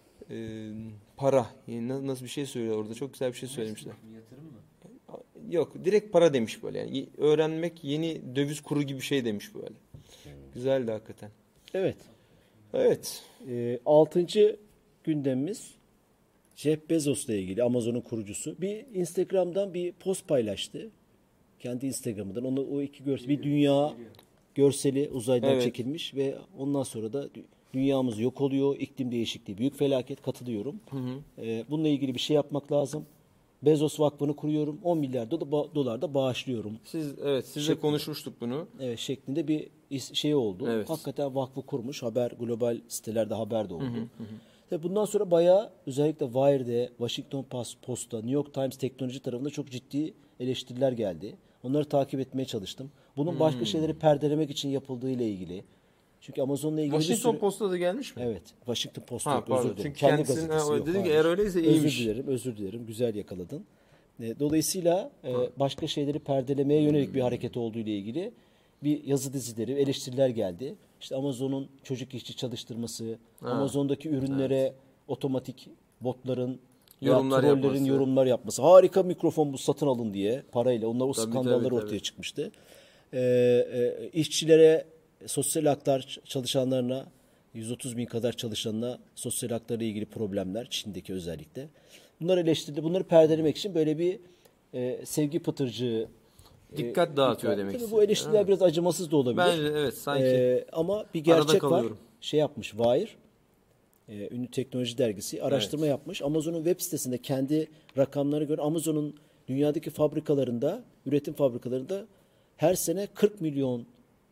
para. Yani nasıl bir şey söylüyor orada? Çok güzel bir şey söylemişler. Yatırım mı? Yok, direkt para demiş böyle. Yani öğrenmek yeni döviz kuru gibi bir şey demiş böyle. Güzeldi hakikaten. Evet. Evet. 6. gündemimiz Jeff Bezos'la ilgili, Amazon'un kurucusu. Bir Instagram'dan bir post paylaştı. Kendi Instagram'dan. O iki görsel, bir dünya görseli uzaydan Evet. çekilmiş ve ondan sonra da dünyamız yok oluyor. İklim değişikliği büyük felaket. Katılıyorum. Bununla ilgili bir şey yapmak lazım. Bezos Vakfı'nı kuruyorum. 10 milyar dolar da bağışlıyorum. Sizle konuşmuştuk bunu. Evet, şeklinde bir şey oldu. Evet. Hakikaten vakfı kurmuş. Haber, global sitelerde haber de oldu. Tabii bundan sonra bayağı özellikle Wired'e, Washington Post'ta, New York Times teknoloji tarafında çok ciddi eleştiriler geldi. Onları takip etmeye çalıştım. Bunun başka şeyleri perdelemek için yapıldığı ile ilgili. Çünkü Amazon'la ilgili Washington Post'ta da gelmiş mi? Evet. Washington Post Ha, yok, pardon. özür dilerim. Çünkü Kendi kendisinin- gazetesi ha, yok. dedim ki hayır. eğer öyleyse iyiymiş. Özür dilerim. Güzel yakaladın. Dolayısıyla başka şeyleri perdelemeye yönelik bir hareket olduğu ile ilgili bir yazı dizileri, eleştiriler geldi. İşte Amazon'un çocuk işçi çalıştırması, Amazon'daki ürünlere otomatik botların Yorumlar trollerin yapması. yorumlar yapması. Harika mikrofon bu, satın alın diye parayla. Onlar o Tabii, skandallar tabii, ortaya tabii. çıkmıştı. İşçilere, sosyal haklar çalışanlarına, 130 bin kadar çalışanına sosyal haklarla ilgili problemler, Çin'deki özellikle. Bunlar eleştirildi. Bunları perdelemek için böyle bir sevgi Dikkat dağıtıyor dikkat. demek Tabii bu istiyor. eleştiriler biraz acımasız da olabilir. Bence evet sanki. Ama bir Arada gerçek var. kalıyorum. Şey yapmış Wire, ünlü teknoloji dergisi araştırma yapmış. Amazon'un web sitesinde kendi rakamlarına göre Amazon'un dünyadaki fabrikalarında, üretim fabrikalarında her sene 40 milyon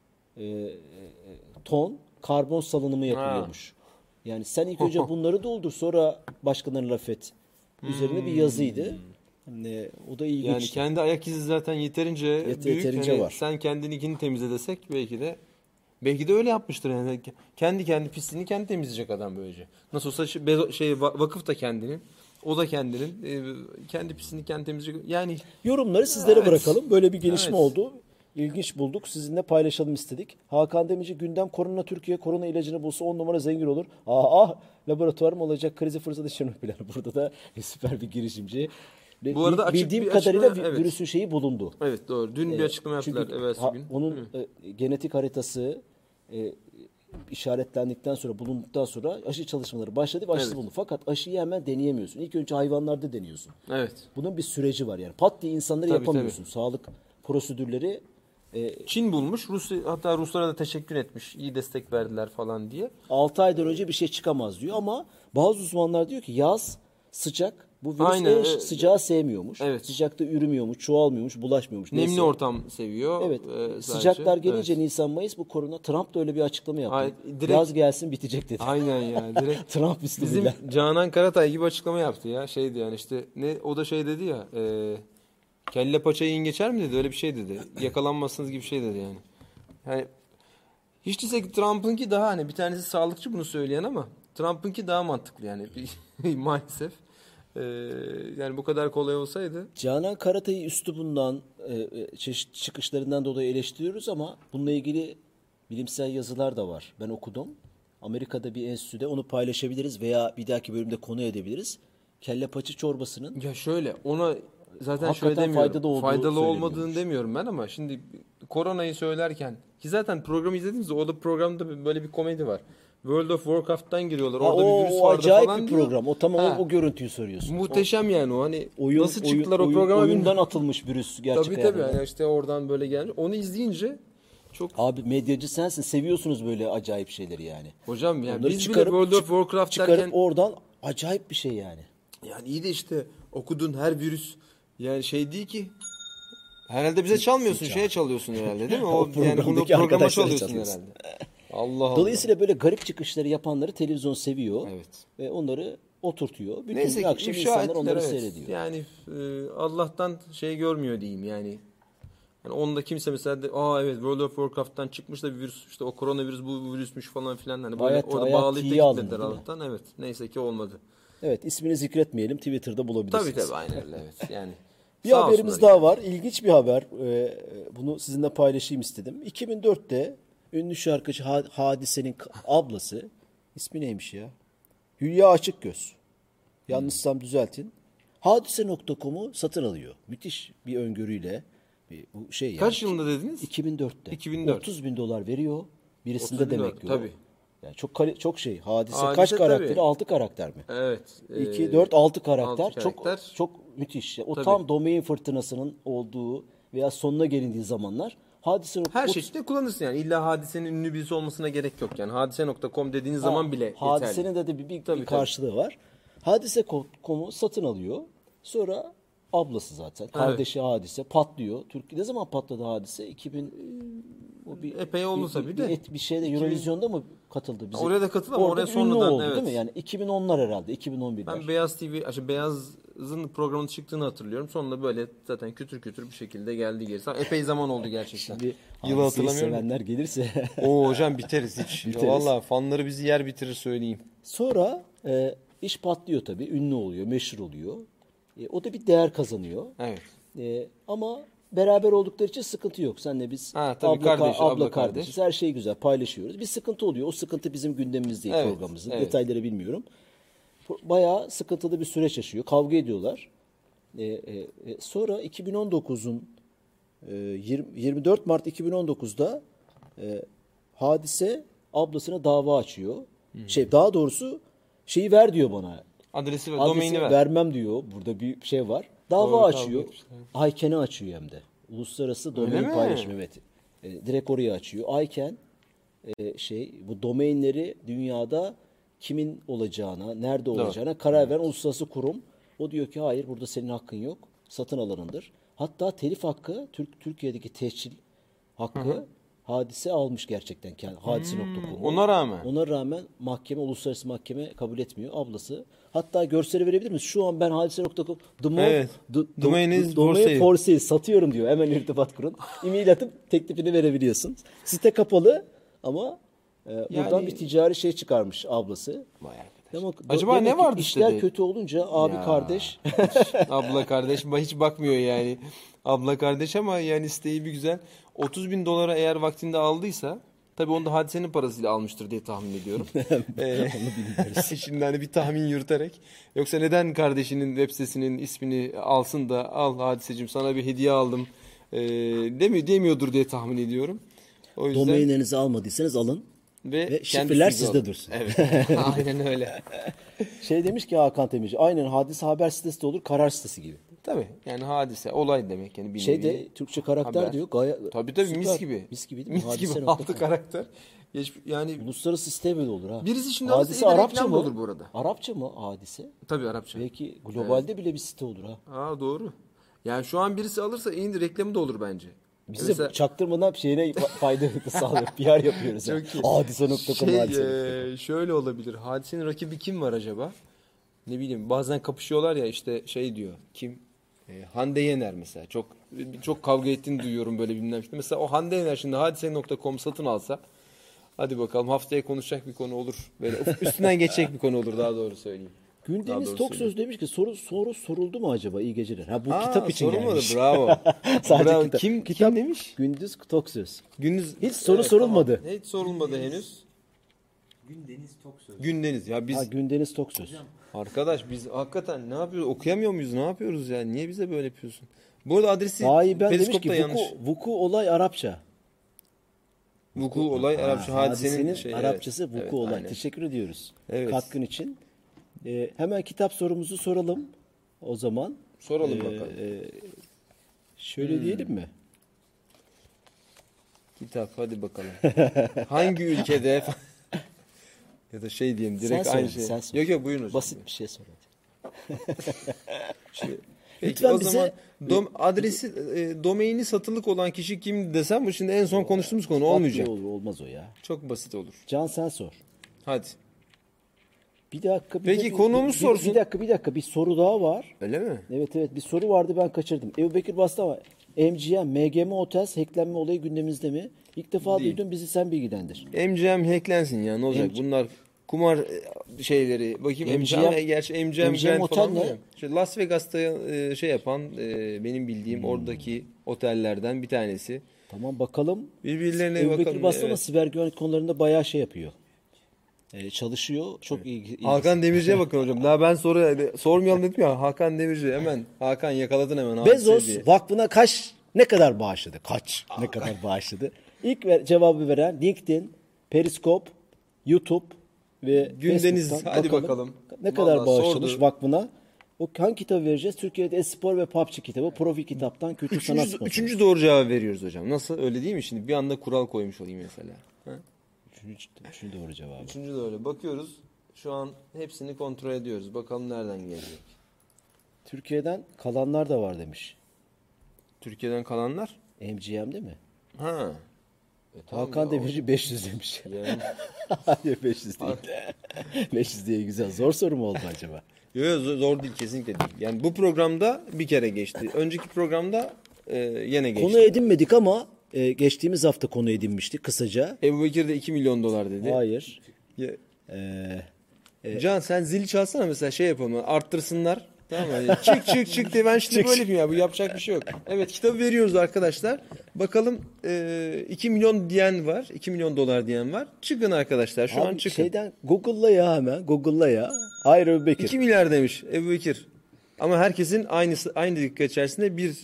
ton karbon salınımı yapılıyormuş. Yani sen ilk önce bunları doldur, sonra başkalarına laf et. Üzerine bir yazıydı. O da ilginç. Yani kendi ayak izi zaten yeterince büyük. Yeterince Hani var. sen kendininkini temizle desek belki de öyle yapmıştır yani. Kendi pisliğini kendi temizleyecek adam böylece. Nasıl olsa vakıf da kendinin, o da kendinin kendi pisliğini kendi temizleyecek. Yani Yorumları sizlere Evet. bırakalım. Böyle bir gelişme Evet. oldu. İlginç bulduk. Sizinle paylaşalım istedik. Hakan Demirci gündem korona Türkiye korona ilacını bulsa 10 numara zengin olur. Laboratuvarım olacak krizi fırsatı için planı. Burada da süper bir girişimci. Bu arada açık bildiğim bir kadarıyla açıklama, evet. virüsün şeyi bulundu. evet doğru. Dün bir açıklama yaptılar Çünkü evvelsi gün. onun genetik haritası işaretlendikten sonra, bulunduktan sonra aşı çalışmaları başladı ve aşısı Evet. bulundu. Fakat aşıyı hemen deneyemiyorsun. İlk önce hayvanlarda deniyorsun. Evet. Bunun bir süreci var yani. Pat diye insanları Tabii, yapamıyorsun. Sağlık prosedürleri Çin bulmuş. Hatta Ruslara da teşekkür etmiş. İyi destek verdiler falan diye. 6 aydan önce bir şey çıkamaz diyor ama bazı uzmanlar diyor ki yaz, sıcak. Bu virüs Aynen, sıcağı sevmiyormuş. Evet. Sıcakta ürümüyormuş, çoğalmıyormuş, bulaşmıyormuş. Nemli Neyse. ortam seviyor. Evet. Sadece. Sıcaklar gelince Evet. Nisan, Mayıs bu korona. Trump da öyle bir açıklama yaptı. Ay, direkt- Yaz gelsin bitecek dedi. Aynen ya. Direkt Trump bizim üslubuyla. Canan Karatay gibi açıklama yaptı ya. Şeydi yani işte o da şey dedi ya. Kelle paça yiyin geçer mi dedi. Öyle bir şey dedi. Yakalanmazsınız gibi bir şey dedi yani. Yani hiç değilse Trump'ınki daha hani bir tanesi sağlıkçı bunu söyleyen ama Trump'ınki daha mantıklı yani maalesef. Yani bu kadar kolay olsaydı. Canan Karatay'ı üslubundan, çeşitli çıkışlarından dolayı eleştiriyoruz ama bununla ilgili bilimsel yazılar da var. Ben okudum. Amerika'da bir enstitüde onu paylaşabiliriz veya bir dahaki bölümde konu edebiliriz. Kelle paça çorbasının Ya şöyle ona zaten Hakikaten şöyle demiyorum. faydalı olduğu olmadığını söyleniyormuş. demiyorum ben ama şimdi koronayı söylerken ki zaten programı izlediğimizde o da programda böyle bir komedi var. World of Warcraft'tan giriyorlar. Orada bir virüs o vardı acayip falan bir diyor. program. O tamam Ha. o görüntüyü soruyorsun. Muhteşem yani o hani nasıl çıktılar o programa oyundan bilmiyorum. atılmış virüs gerçek Tabii hayatında. yani işte oradan böyle gelmiş. Onu izleyince çok Abi medyacı sensin. Seviyorsunuz böyle acayip şeyleri yani. hocam yani Onları biz çıkarıp- bile World of Warcraft Çıkarıp derken oradan acayip bir şey yani. yani iyi de işte okuduğun her virüs yani şey değil ki. Herhalde bize çalmıyorsun, şeye çalıyorsun herhalde değil mi? O Yani bunu programdaki programa arkadaşlara çalıyorsun çalıyorsun. herhalde. Allah Allah. Dolayısıyla böyle garip çıkışları yapanları televizyon seviyor Evet. ve onları oturtuyor. Bütün Neyse gün ki akşam ifşa insanlar ettiler, onları evet. seyrediyor. Yani Allah'tan şey görmüyor diyeyim yani. Yani onda kimse mesela evet World of Warcraft'tan çıkmış da bir virüs, işte o koronavirüs bu virüsmüş falan filan, hani böyle Hayat orada bağlayıp da tiye alındı, gitmediler değil mi? Allah'tan. Evet. Neyse ki olmadı. Evet, ismini zikretmeyelim, Twitter'da bulabilirsiniz. Tabii aynen öyle, evet. Yani Bir sağ haberimiz olsunlar daha yani. var. İlginç bir haber. Bunu sizinle paylaşayım istedim. 2004'te ünlü şarkıcı Hadise'nin ablası, ismi neymiş ya? Hülya Açıkgöz. Yanlışsam düzeltin. Hadise.com'u satın alıyor. Müthiş bir öngörüyle. Bu şey yani. Kaç yılında dediniz? 2004'te. 2004. 30 bin dolar veriyor. Birisinde 30 bin demek dolar, ki o. tabii. Yani çok şey. Hadise Hadise kaç tabii. karakteri? 6 karakter mi? Evet. 2, 4, 6 karakter. altı karakter. Çok müthiş. O Tabii. tam domain fırtınasının olduğu veya sonuna gelindiği zamanlar Hadise'nin Her şekilde kullanırsın yani. İlla Hadise'nin ünlü birisi olmasına gerek yok yani. Hadise.com dediğiniz zaman bile yeterli. Hadise'nin de bir Tabii. karşılığı var. Hadise.com'u satın alıyor. Sonra ablası zaten. Kardeşi Hadise patlıyor. Türkiye ne zaman patladı Hadise? 2000 o Epey oldu tabii de. Bir şeyde Eurovision'da mı katıldı bize? Oraya da katıldı ama Orada oraya ünlü sonradan, oldu evet. değil mi? Yani 2010'lar herhalde, 2011'ler. Ben Beyaz Beyaz'ın programının çıktığını hatırlıyorum. Sonra böyle zaten kütür kütür bir şekilde geldi gerisi. Epey zaman oldu gerçekten. Bir Yılı Hadise'yi hatırlamıyorum. sevenler gelirse. Oo hocam biteriz hiç. Biteriz. Valla fanları bizi yer bitirir söyleyeyim. Sonra iş patlıyor tabii. Ünlü oluyor, meşhur oluyor. O da bir değer kazanıyor. Evet. Ama beraber oldukları için sıkıntı yok. Senle biz Ha, tabii kardeş, abla kardeşiz. Her şeyi güzel paylaşıyoruz. Bir sıkıntı oluyor. O sıkıntı bizim gündemimiz değil, Evet, programımızın. evet. Detayları bilmiyorum. Bayağı sıkıntılı bir süreç yaşıyor. Kavga ediyorlar. Sonra 2019'un 24 Mart 2019'da Hadise ablasına dava açıyor. Daha doğrusu şeyi ver diyor bana. Adresi ve Adresi domaini ver. vermem diyor. Burada bir şey var. Dava Doğru, açıyor. kavga etmişler. Ayken'i açıyor hem de. Uluslararası domain mi? paylaşımı, evet. Direkt oraya açıyor. Ayken bu domainleri dünyada kimin olacağına, nerede olacağına karar veren uluslararası kurum. O diyor ki hayır, burada senin hakkın yok. Satın alanındır. Hatta telif hakkı, Türkiye'deki tescil hakkı Hadise almış gerçekten. Hadise.com. Ona rağmen uluslararası mahkeme kabul etmiyor. Ablası. Hatta görseli verebilir miyiz? Şu an ben Hadise.com Evet. Domain is for domain sale. for sale satıyorum diyor. Hemen irtibat kurun. E-mail atıp teklifini verebiliyorsun. Site kapalı ama buradan bir ticari şey çıkarmış ablası. Vay arkadaş. Ama Acaba demek ne ki vardı işler sitede? kötü olunca abi Ya. kardeş Abla kardeş hiç bakmıyor yani. Abla kardeş ama yani siteyi bir güzel. 30 bin dolara eğer vaktinde aldıysa, tabii onu da Hadise'nin parasıyla almıştır diye tahmin ediyorum. Şimdi hani bir tahmin yürüterek. Yoksa neden kardeşinin web sitesinin ismini alsın da al Hadiseciğim sana bir hediye aldım demiyordur diye tahmin ediyorum. O yüzden domainlerinizi almadıysanız alın. Ve kendi şifreler sizi sizde alın. dursun. Evet. Aynen öyle. Demiş ki Hakan Temirci, aynen Hadise haber sitesi de olur, karar sitesi gibi. Tabii yani hadise, olay demek yani bir nevi. Türkçe karakter haber. diyor. Gayet Tabii süper. mis gibi. Mis gibi değil mi? Mis gibi Hadise.com. altı karakter. Yani Uluslararası site böyle olur ha. birisi şimdi Hadise alırsa Arapça reklam mı? da olur bu arada. Arapça mı Hadise? Tabii Arapça. Belki globalde bile bir site olur ha. Aa doğru. Yani şu an birisi alırsa iyi reklamı da olur bence. Biz Mesela- de çaktırmadan fayda sağlıyor. PR yapıyoruz. Çok iyi. Hadise.com hadise. Şöyle olabilir. Hadisenin rakibi kim var acaba? Ne bileyim bazen kapışıyorlar ya işte diyor. Kim? Hande Yener mesela. Çok kavga ettiğini duyuyorum böyle bilmem işte. Mesela o Hande Yener şimdi hadise.com satın alsa, hadi bakalım haftaya konuşacak bir konu olur. Böyle üstünden geçecek bir konu olur, daha doğru söyleyeyim. Daha Gündeniz doğru Toksöz söyleyeyim. demiş ki soru soruldu mu acaba? İyi geceler. Ha bu kitap için sorulmadı. gelmiş. Bravo. Sadece Bravo. kitap. Kim Kitap demiş? Gündüz Toksöz. Gündüz. Hiç soru sorulmadı. Tamam. Hiç sorulmadı henüz. Gündeniz Toksöz. Gündeniz. Ya biz Gündeniz Toksöz. arkadaş biz hakikaten ne yapıyoruz? Okuyamıyor muyuz? Ne yapıyoruz yani? Niye bize böyle yapıyorsun? Bu arada adresi Daha iyi ben demiş ki periskopta yanlış. vuku olay Arapça. Vuku olay Arapça. Hadisenin Arapçası evet, vuku olay. aynen. Teşekkür ediyoruz. Evet. Katkın için. Hemen kitap sorumuzu soralım o zaman. Soralım bakalım. Şöyle diyelim mi? Kitap hadi bakalım. Hangi ülkede ya da diyelim direkt Sen aynı sor, şey. sen sor. Yok buyurun hocam. Basit bir şey sor hadi. Peki, Lütfen o bize zaman adresi domaini satılık olan kişi kim desem bu şimdi en son konuştuğumuz konu olmayacak. Olur, olmaz o ya. Çok basit olur. Can sen sor. Hadi. Bir dakika. Peki, konuğumuz sorsun. Bir dakika. Bir soru daha var. Öyle mi? Evet bir soru vardı ben kaçırdım. Ebubekir bastı ama MGM, MGM Hotels hacklenme olayı gündemimizde mi? İlk defa Değil. duydum, bizi sen bilgilendir. MGM hacklensin ya, ne olacak? Bunlar kumar şeyleri. Bakayım MGM, gerçi MGM Grand Otel falan ne? var ya. İşte Las Vegas'ta şey yapan benim bildiğim oradaki otellerden bir tanesi. Tamam bakalım. Birbirlerine Ebubekir bakalım. bastı ama Evet. siber güvenlik konularında bayağı şey yapıyor. Çalışıyor. Çok iyi. Hakan Demirci'ye bakın hocam. Daha ben sormayalım dedim ya. Hakan Demirci hemen. Hakan yakaladın hemen. Bezos Hadiseyi. vakfına ne kadar bağışladı? Ne kadar bağışladı? İlk cevabı veren LinkedIn, Periscope, YouTube ve Gündeniz, Facebook'tan hadi bakalım. Ne kadar Vallahi bağışlamış sordu. vakfına? O hangi kitabı vereceğiz? Türkiye'de Espor ve PUBG kitabı. Profi kitaptan kötü sanat sponsoru. Üçüncü doğru cevabı veriyoruz hocam. Nasıl? Öyle değil mi? Şimdi bir anda kural koymuş olayım mesela. Ha? Üçüncü doğru cevabı. Üçüncü doğru. Bakıyoruz. Şu an hepsini kontrol ediyoruz. Bakalım nereden gelecek. Türkiye'den kalanlar da var demiş. Türkiye'den kalanlar? MGM'de mi? Ha. Tamam Hakan ya, Demirci 500 demiş. Yani. Hayır 500 değil. 500 diye güzel. Zor soru mu oldu acaba? Yok zor değil, kesinlikle değil. Yani bu programda bir kere geçti. Önceki programda yine geçti. Konu edinmedik ama geçtiğimiz hafta konu edinmiştik kısaca. Ebubekir de 2 milyon dolar dedi. Hayır. Ya- Ee, Can sen zili çalsana mesela, şey yapalım. Arttırsınlar. Tamam mı? Hani çık diye, ben şimdi böyle yapayım ya. Bu yapacak bir şey yok. Evet, kitabı veriyoruz arkadaşlar. Bakalım 2 milyon diyen var. 2 milyon dolar diyen var. Çıkın arkadaşlar. Şu an abi çıkın. şeyden Google'la ya hemen. Google'la ya. Hayır Ebubekir. 2 milyar demiş Ebubekir. Ama herkesin aynı dakika içerisinde bir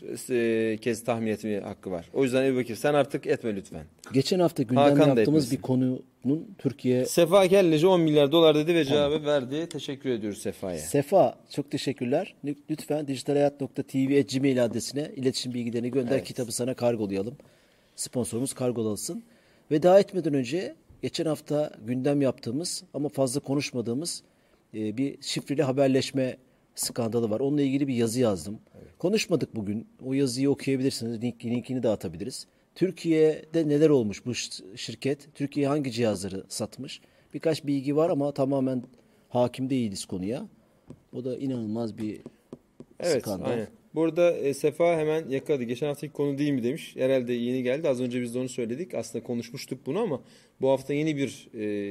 kez tahmin etme hakkı var. O yüzden Ebubekir sen artık etme lütfen. Geçen hafta gündem Hakan da yaptığımız etmesin. bir konunun Türkiye... Sefa Kelleci 10 milyar dolar dedi ve cevabı verdi. Teşekkür ediyoruz Sefa'ya. Sefa çok teşekkürler. Lütfen dijitalhayat.tv@gmail adresine iletişim bilgilerini gönder. Evet. Kitabı sana kargolayalım. Sponsorumuz kargolasın. Veda etmeden önce geçen hafta gündem yaptığımız ama fazla konuşmadığımız bir şifreli haberleşme skandalı var. Onunla ilgili bir yazı yazdım. Konuşmadık bugün. O yazıyı okuyabilirsiniz. Linkini de atabiliriz. Türkiye'de neler olmuş bu şirket? Türkiye hangi cihazları satmış? Birkaç bilgi var ama tamamen hakim değiliz konuya. O da inanılmaz bir Evet, skandal. aynen. Burada Sefa hemen yakaladı. Geçen haftaki konu değil mi demiş. Herhalde yeni geldi. Az önce biz de onu söyledik. Aslında konuşmuştuk bunu ama bu hafta yeni bir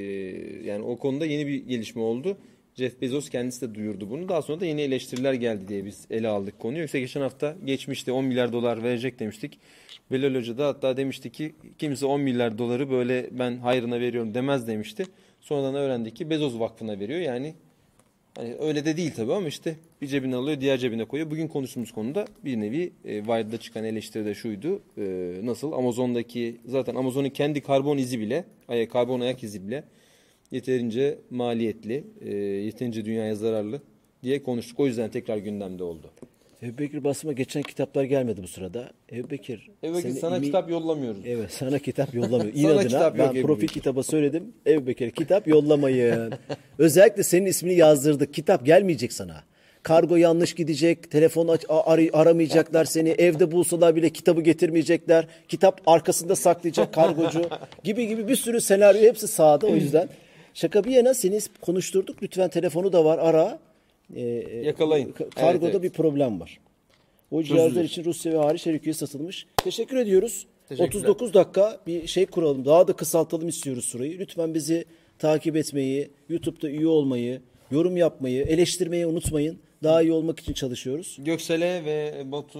yani o konuda yeni bir gelişme oldu. Jeff Bezos kendisi de duyurdu bunu. Daha sonra da yeni eleştiriler geldi diye biz ele aldık konuyu. Yoksa geçen hafta geçmişti, 10 milyar dolar verecek demiştik. Belal Hoca da hatta demişti ki kimse 10 milyar doları böyle ben hayrına veriyorum demez demişti. Sonradan öğrendik ki Bezos Vakfı'na veriyor. Yani hani öyle de değil tabii ama işte bir cebine alıyor, diğer cebine koyuyor. Bugün konuştuğumuz konuda bir nevi Wired'da çıkan eleştiri de şuydu. Nasıl Amazon'daki, zaten Amazon'un kendi karbon izi bile, karbon ayak izi bile yeterince maliyetli, yeterince dünyaya zararlı diye konuştuk. O yüzden tekrar gündemde oldu. Ebubekir basıma geçen kitaplar gelmedi bu sırada. Ebubekir. Evet, sana kitap yollamıyoruz. Evet, sana kitap yollamıyor. Sana İnadına kitap yok ben Ebubekir. profil kitaba söyledim. Ebubekir kitap yollamayın. Özellikle senin ismini yazdırdık. Kitap gelmeyecek sana. Kargo yanlış gidecek. Telefon aramayacaklar seni. Evde bulsalar bile kitabı getirmeyecekler. Kitap arkasında saklayacak kargocu. gibi bir sürü senaryo hepsi sağda. O yüzden şaka bir yana seni konuşturduk. Lütfen telefonu da var, ara. Yakalayın. Kargoda Evet. bir problem var. O cihazlar için Rusya ve hariç her ülkeye satılmış. Teşekkür ediyoruz. Teşekkürler. 39 dakika bir şey kuralım. Daha da kısaltalım istiyoruz süreyi. Lütfen bizi takip etmeyi, YouTube'da üye olmayı, yorum yapmayı, eleştirmeyi unutmayın. Daha iyi olmak için çalışıyoruz. Göksel'e ve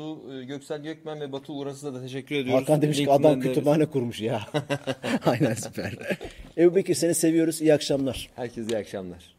Göksel Gökmen ve Batu Uras'a da teşekkür ediyoruz. Hakan demiş ki Linkinden adam de- kütüphane kurmuş ya. Aynen süper. Ebubekir seni seviyoruz. İyi akşamlar. Herkese iyi akşamlar.